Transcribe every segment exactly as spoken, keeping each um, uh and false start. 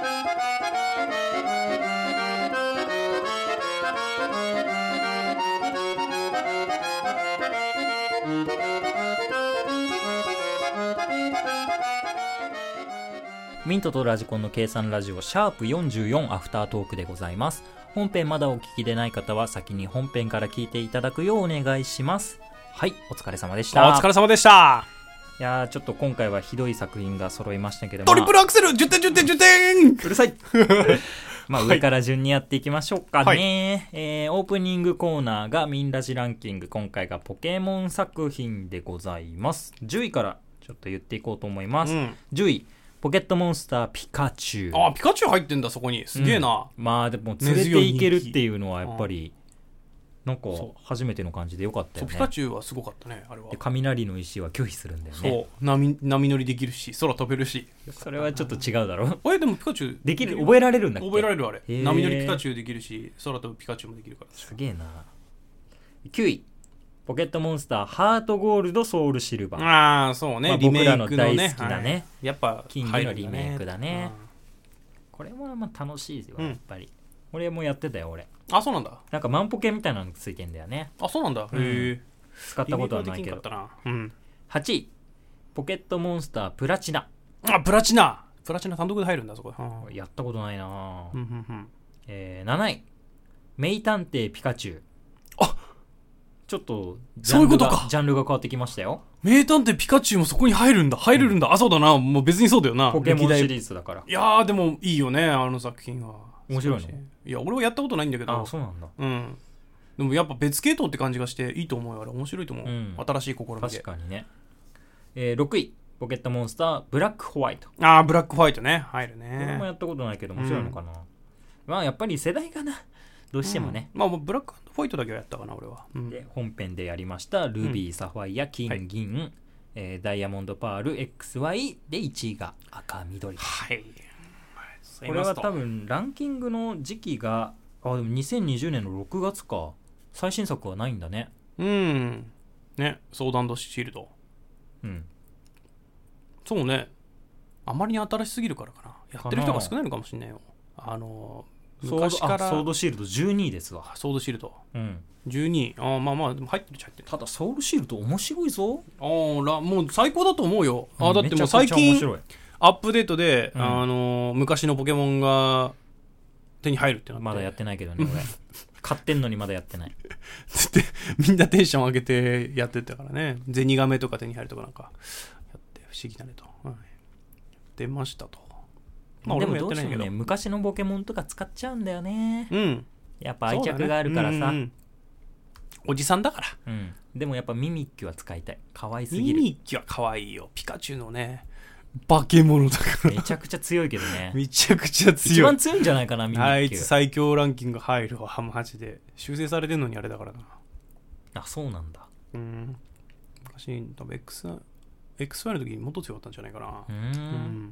ミントとラジコンの計算ラジオシャープよんじゅうよんアフタートークでございます。本編まだお聞きでない方は先に本編から聞いていただくようお願いします。はい、お疲れ様でした。 お疲れ様でした。 いやー、ちょっと今回はひどい作品が揃いましたけども、 トリプルアクセルじゅってんじゅってんじゅってん、 うるさいまあ上から順にやっていきましょうかね、はい。えー、オープニングコーナーがミンラジランキング、今回がポケモン作品でございます。じゅういからちょっと言っていこうと思います、うん、じゅういポケットモンスターピカチュウ。 あ、ピカチュウ入ってんだ、そこに。すげえな、 うん、まあでも連れていけるっていうのはやっぱりなんか初めての感じでよかったよね。 そう、ピカチュウはすごかったね、あれは。 で雷の石は拒否するんだよね。 そう、波、波乗りできるし空飛べるし。 それはちょっと違うだろ。 え、でもピカチュウできる、覚えられるんだっけ。 覚えられる、あれ。波乗りピカチュウできるし空飛ぶピカチュウもできるから。 すげえな。きゅういポケットモンスターハートゴールドソウルシルバー。 ああ、そうね、 まあ、僕らの大好きなね、はい、 やっぱキングのリメイクだね。これもまあ楽しいですよ、うん、やっぱり。俺もやってたよ、俺。あ、そうなんだ。なんかマンポケみたいなのついてんだよね。 あ、そうなんだ。うん、へえ。 使ったことはないけど。うん、はちいポケットモンスタープラチナ。 あ、プラチナプラチナ単独で入るんだ、そこ。 うん、やったことないな、 うんうんうん。 えー、なない、名探偵ピカチュウ。 あ、 ちょっとそういうことか。 ジャンルが変わってきましたよ。 名探偵ピカチュウもそこに入るんだ。入れるんだ、うん、あ、そうだな。もう別にそうだよな。 ポケモンシリーズだから。 いやー、でもいいよね、あの作品は。 面白いの？ いや、俺はやったことないんだけど。 あ、そうなんだ。 うん。でもやっぱ別系統って感じがしていいと思うよ。あれ面白いと思う、うん、新しい試みで。 確かにね。えー、ろくいポケットモンスターブラックホワイト。 ああ、ブラックホワイトね、入るね。 これもやったことないけど面白いのかな、うん、まあやっぱり世代かな、どうしてもね、 うん、まあブラックホワイトだけはやったかな俺は、 うん、で本編でやりましたルビー、うん、サファイア、金、はい、銀、えー、ダイヤモンドパール エックスワイ でいちいが赤緑。 はい、 これは多分ランキングの時期が、あ、でもにせんにじゅうねんのろくがつか。最新作はないんだね。 うんね、ソード&シールド。うん、そうね、あまりに新しすぎるからかな。やってる人が少ないのかもしれないよ。あの昔からソードシールドじゅうにいですわ。 ソードシールド、 うん、 じゅうにい。あ、まあまあでも入ってるっちゃ入ってる。 ただソウルシールド面白いぞ。 あら、もう最高だと思うよ、うん、あ、だってもう最近アップデートで、うん、あの昔のポケモンが手に入るってなって。 まだやってないけどね俺買ってんのにまだやってないつってみんなテンション上げてやってたからね。ゼニガメとか手に入るとかなんかやって不思議だねと、はい、出ましたと。 まあ、でもどうしてもね、昔のポケモンとか使っちゃうんだよね。 うん、 やっぱ愛着があるからさ、ね、うんうん、 おじさんだから、 うん、でもやっぱミミッキュは使いたい。可愛すぎる。 ミミッキュは可愛いよ。ピカチュウのね化け物だからめちゃくちゃ強いけどねめちゃくちゃ強い。 一番強いんじゃないかな、ミミッキュ。 あいつ最強ランキング入るわマジで。修正されてんのにあれだからな。 あ、そうなんだ。 うん、昔多分 X エックスワイ の時にもっと強かったんじゃないかな。 うーん、うん、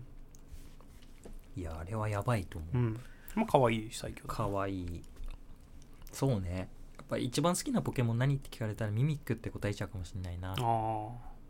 いやあれはやばいと思う、うん、 まあ可愛い最強だ。 可愛い。そうね、やっぱ一番好きなポケモン何って聞かれたらミミックって答えちゃうかもしれないな。 あ、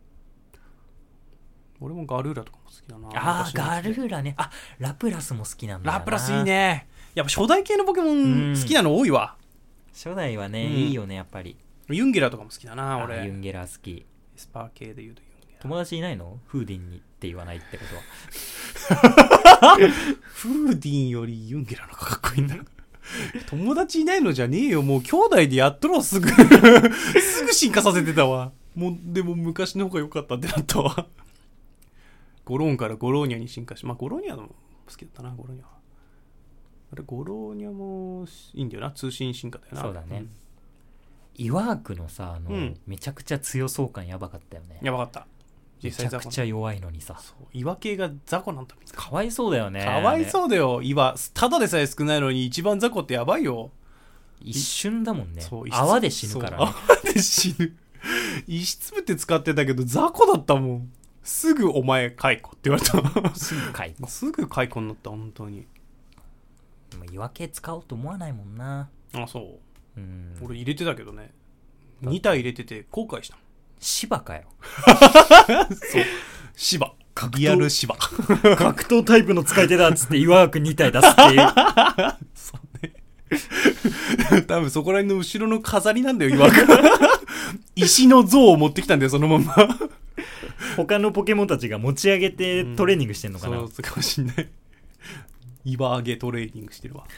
俺もガルーラとかも好きだな。 ああ、ガルーラね。あ、ラプラスも好きなんだよな。 ラプラスいいね。やっぱ初代系のポケモン好きなの多いわ。 初代はね、うん、いいよねやっぱり。 ユンゲラとかも好きだな俺。 ユンゲラ好き。 エスパー系で言うとユンゲラ。 友達いないの？フーディンにって言わないってことはフーディンよりユンゲラの方がかっこいいんだ友達いないのじゃねえよ、もう兄弟でやっとろすぐすぐ進化させてたわ。もうでも昔の方が良かったってなったわゴローンからゴローニャに進化し、まあゴローニャも好きだったな。ゴローニャあれ、ゴローニャもいいんだよな、通信進化だよな。 そうだね、うん、イワークのさ、あの、うん、めちゃくちゃ強そう感やばかったよね。 やばかった。 めちゃくちゃ弱いのにさ。 そう、岩系が雑魚なんだ。 かわいそうだよね。 かわいそうだよ。岩ただでさえ少ないのに一番雑魚ってやばいよ。 一瞬だもんね。泡で死ぬからね。 泡で死ぬ石つぶって使ってたけど雑魚だったもん。すぐお前解雇って言われたすぐ解雇すぐ解雇になった。本当に岩系使おうと思わないもんな。 あ、そう、 うん、 俺入れてたけどね、に体入れてて後悔した。 芝かよそう、芝格リアル闘芝格闘タイプの使い手だっつって岩枠に体出すっていうそうね多分そこら辺の後ろの飾りなんだよ岩枠石の像を持ってきたんだよそのまま他のポケモンたちが持ち上げてトレーニングしてんのかな、 うん、そうかもしんない岩上げトレーニングしてるわ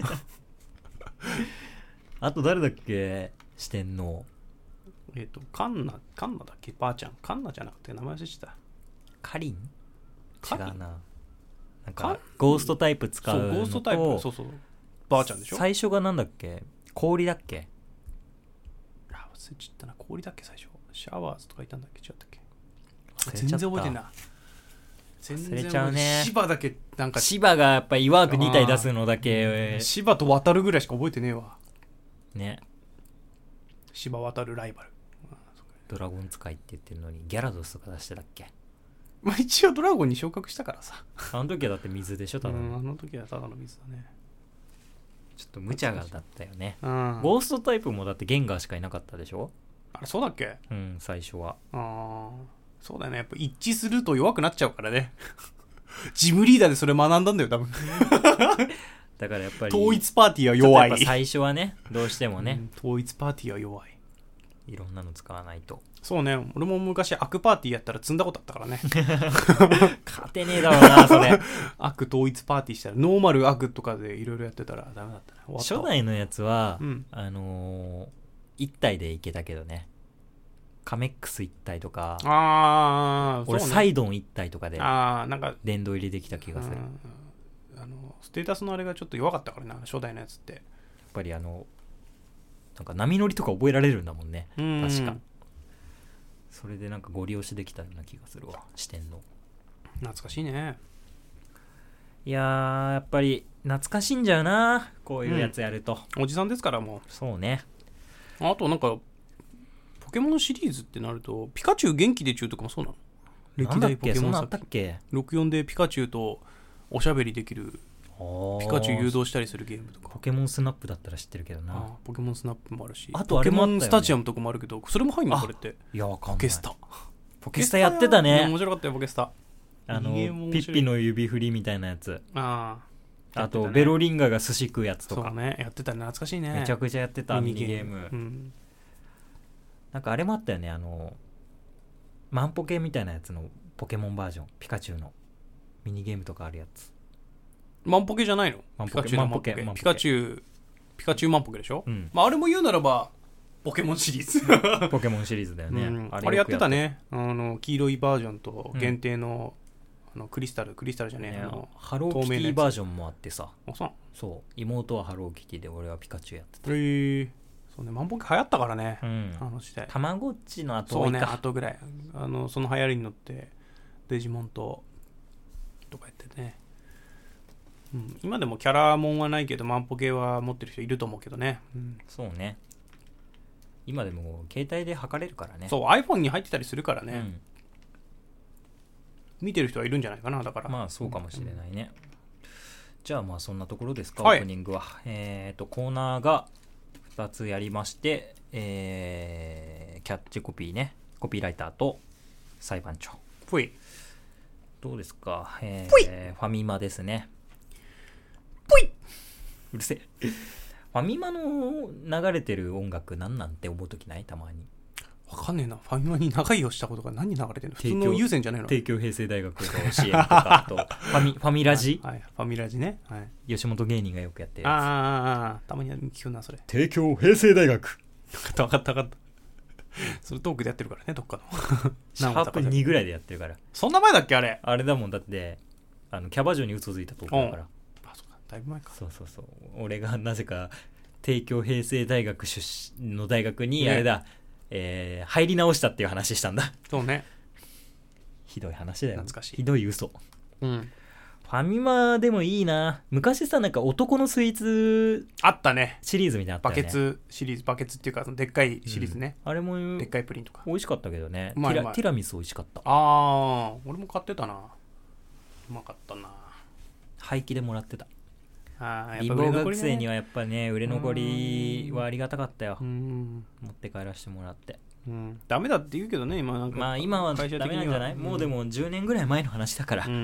あと誰だっけ四天王。 えっ、とカンナカンナだっけばあちゃんカンナじゃなくて名前忘れてたカリン違カリンうな。なんカかゴーストタイプ使うそうのとゴーストタイプそうそうばあちゃんでしょ最初がなんだっけ氷だっけあ忘れちゃったな氷だっけ最初シャワーズとかいたんだっけ違ったっけ忘れちゃった全然覚えてんな全然忘れちゃうね芝だけなんか芝がやっぱ岩枠に体出すのだけ芝と渡るぐらいしか覚えてねえわね。 芝渡るライバルドラゴン使いって言ってるのにギャラドスとか出してたっけ。 まあ一応ドラゴンに昇格したからさあの時はだって水でしょただの、 うんあの時はただの水だねちょっと無茶がだったよね。 うんゴーストタイプもだってゲンガーしかいなかったでしょ。 あれそうだっけうん最初は。 ああそうだよねやっぱ一致すると弱くなっちゃうからねジムリーダーでそれ学んだんだよ多分だからやっぱり統一パーティーは弱いちょっとやっぱ最初はねどうしてもね、 うん統一パーティーは弱いいろんなの使わないとそうね俺も昔悪パーティーやったら積んだことあったからね勝てねえだろうなそれ悪統一パーティーしたらノーマル悪とかでいろいろやってたらダメだったね終わったわ初代のやつは、 うんあのー、いち体でいけたけどねカメックスいち体とかああ俺サイドンいち体とかでああなんか殿堂入りできた気がする。やっうんあのステータスのあれがちょっと弱かったからな初代のやつってぱりあのなんか波乗りとか覚えられるんだもんねうん確か。それでなんかご利用しできたような気がするわ視点の。 懐かしいねいやーやっぱり懐かしんじゃうなこういうやつやると、 おじさんですからもそうね。 うあとなんかポケモンシリーズってなるとピカチュウ元気で中とかもそうなのなんだっけそんなあったっけ。 ろくじゅうよんでピカチュウとおしゃべりできるピカチュウ誘導導したりするゲームとかポケモンスナップだったら知ってるけどな。 あポケモンスナップもあるしあとあれもあったよねポケモンスタジアムとかもあるけどそれも入んのあこれっていやわかんない。 ポケスタポケスタやってたね面白かったよポケスタあのミニゲーム面白いピッピの指振りみたいなやつ。 あああと、ベロリンガが寿司食うやつとかそうねやってたね懐かしいねめちゃくちゃやってたミニゲーム、 うんなんかあれもあったよねあのマンポケみたいなやつのポケモンバージョンピカチュウのミニゲームとかあるやつ。 マンポケじゃないのマンポケピカチュウのマンポケマンポケマンポケピカチュウピカチュウマンポケでしょ、 うんまあ、あれも言うならばポケモンシリーズポケモンシリーズだよね、 うんあよくれやってたねあの黄色いバージョンとうん限定の,、あのクリスタルクリスタルじゃねえねあのハローキテ透明なやつィバージョンもあってさあそうそう妹はハローキティで俺はピカチュウやってた。 へえそうねマンポケ流行ったからね、 うんあの時代たまごっちの後そうね多いか。 あとぐらいあのその流行りに乗ってデジモンととかやってね、うん、今でもキャラモンはないけどマンポケは持ってる人いると思うけどね、うんそうね今でも携帯で測れるからね。 そう iPhone に入ってたりするからね、 うん見てる人はいるんじゃないかなだからまあそうかもしれないね、じゃあまあそんなところですか、 はいオープニングはえっ、とコーナーがふたつやりまして、えーキャッチコピーねコピーライターと裁判長ぽいどうですか、えーぽいファミマですね。 ぽいうるせえファミマの流れてる音楽なんなんて思うときないたまに。 わかんねえなファミマに長居をしたことが何流れてるの普通提供の有線じゃないの帝京平成大学の シーエム とかあとファミファミラジ、 はい、はいファミラジね、はい、 吉本芸人がよくやってるやあーあーあーたまに聞くなそれつ帝京平成大学分かった分かった分かったそれトークでやってるからねどっかのシャープにぐらいでやってるから。 そんな前だっけあれあれだもんだってあのキャバ嬢に嘘ついたとこだから。 あそうかだいぶ前かそうそうそう俺がなぜか帝京平成大学出身の大学にねあれだ、えー入り直したっていう話したんだ。 そうねひどい話だよ懐かしいひどい嘘。 うんファミマでもいいな。昔さなんか男のスイーツあったねシリーズみたいなのあったバよね。 ケツシリーズバケツっていうかそのでっかいシリーズね、 うんあれもでっかいプリンとか美味しかったけどね。 うまいうまいティラティラミス美味しかった。 ああ俺も買ってたなうまかったな廃棄でもらってた。 あーやっ貧乏ぱ売れ残りね学生にはやっぱね売れ残りはありがたかったよ。 うん持って帰らせてもらって。 うん、ダメだって言うけどね今なんかまあ今はダメなんじゃない、うん、もうでもじゅうねんぐらい前の話だから、うん、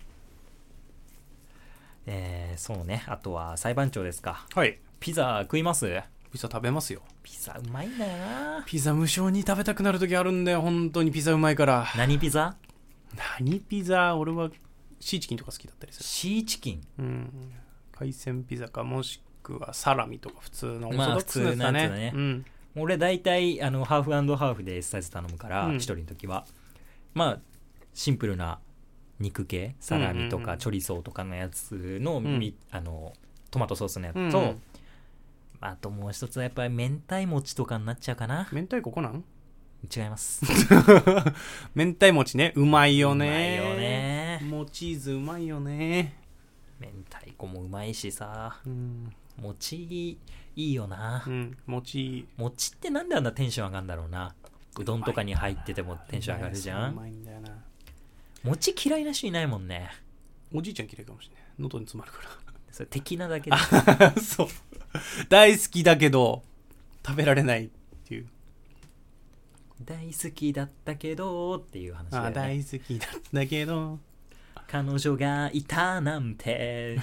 えー、そうね。あとは裁判長ですか。 はい。 ピザ食います？ ピザ食べますよ。 ピザうまいんだよな。 ピザ無性に食べたくなる時あるんだよ本当に。ピザうまいから。 何ピザ？ 何ピザ？俺はシーチキンとか好きだったりする。 シーチキン、 うん、海鮮ピザかもしくはサラミとか普通のオーまあソドックスなやつだね、 普通のやつだね、 うん、 俺大体あのハーフ&ハーフで S サイズ頼むから一、うん、人の時はまあシンプルな肉系サラミとかチョリソーとかのやつの、うん、あのトマトソースのやつと、うん、あともう一つはやっぱり明太餅とかになっちゃうかな。 明太子こなん違います明太餅ね、うまいよね。 うまいよね。 もうチーズうまいよね。 明太子もうまいしさ、 うん、 餅いいよな、 うん、餅餅ってなんであんなテンション上がるんだろうな。うどんとかに入っててもテンション上がるじゃん。 うまいんだよな。 餅嫌いな人いないもんね。 おじいちゃん嫌いかもしれない。喉に詰まるからそれ的なだけでそう大好きだけど食べられないっていう。 大好きだったけどっていう話だよね。 あ大好きだったけど彼女がいたなんて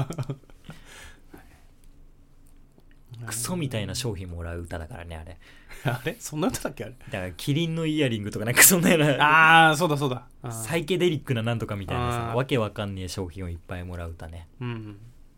クソみたいな商品もらう歌だからねあれ。 あれそんな歌だっけあれ。 だからキリンのイヤリングとかなんかそんなようなああそうだそうだサイケデリックななんとかみたいなさわけわかんねえ商品をいっぱいもらう歌ね。 うん、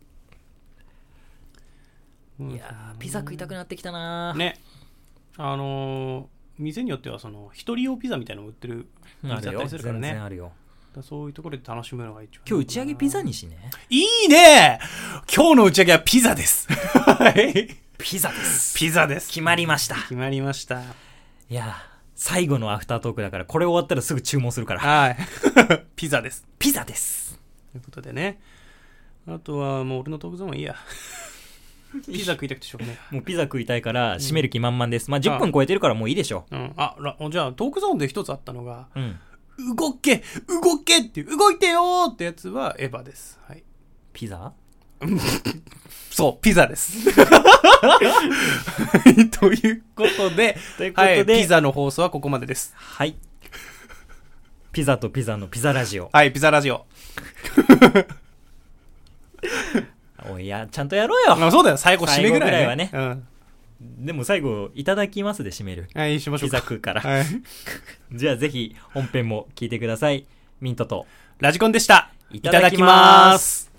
うん、いやーピザ食いたくなってきたなね。あのー店によってはその一人用ピザみたいなの売ってる店だったりするからね。全然あるよ。 だそういうところで楽しむのが一番。 今日打ち上げピザにしね。 いいね。今日の打ち上げはピザですはいピザですピザです。 決まりました。 決まりました。 いや最後のアフタートークだからこれ終わったらすぐ注文するから。 はいピザです。 ピザですということでね。あとはもう俺のトークゾーンはいいやピザ食いたくてしょうがない。 もうピザ食いたいから閉める気満々です、うん、まあじゅっぷん超えてるからもういいでしょう。うん、あらじゃあトークゾーンで一つあったのが、 うん、 動け動けっていう動いてよーってやつはエヴァです。はい。 ピザそうピザですということでということで、はい、ピザの放送はここまでです。 はいピザとピザのピザラジオ。 はいピザラジオおいやちゃんとやろうよ。 あそうだよ最後締めぐらい、ね、 最後ぐらいはね、 うん、 でも最後いただきますで締める。 はいしましょうか。 ピザ食うから、 はい、 じゃあぜひ本編も聞いてください。ミントとラジコンでした。 いただきます。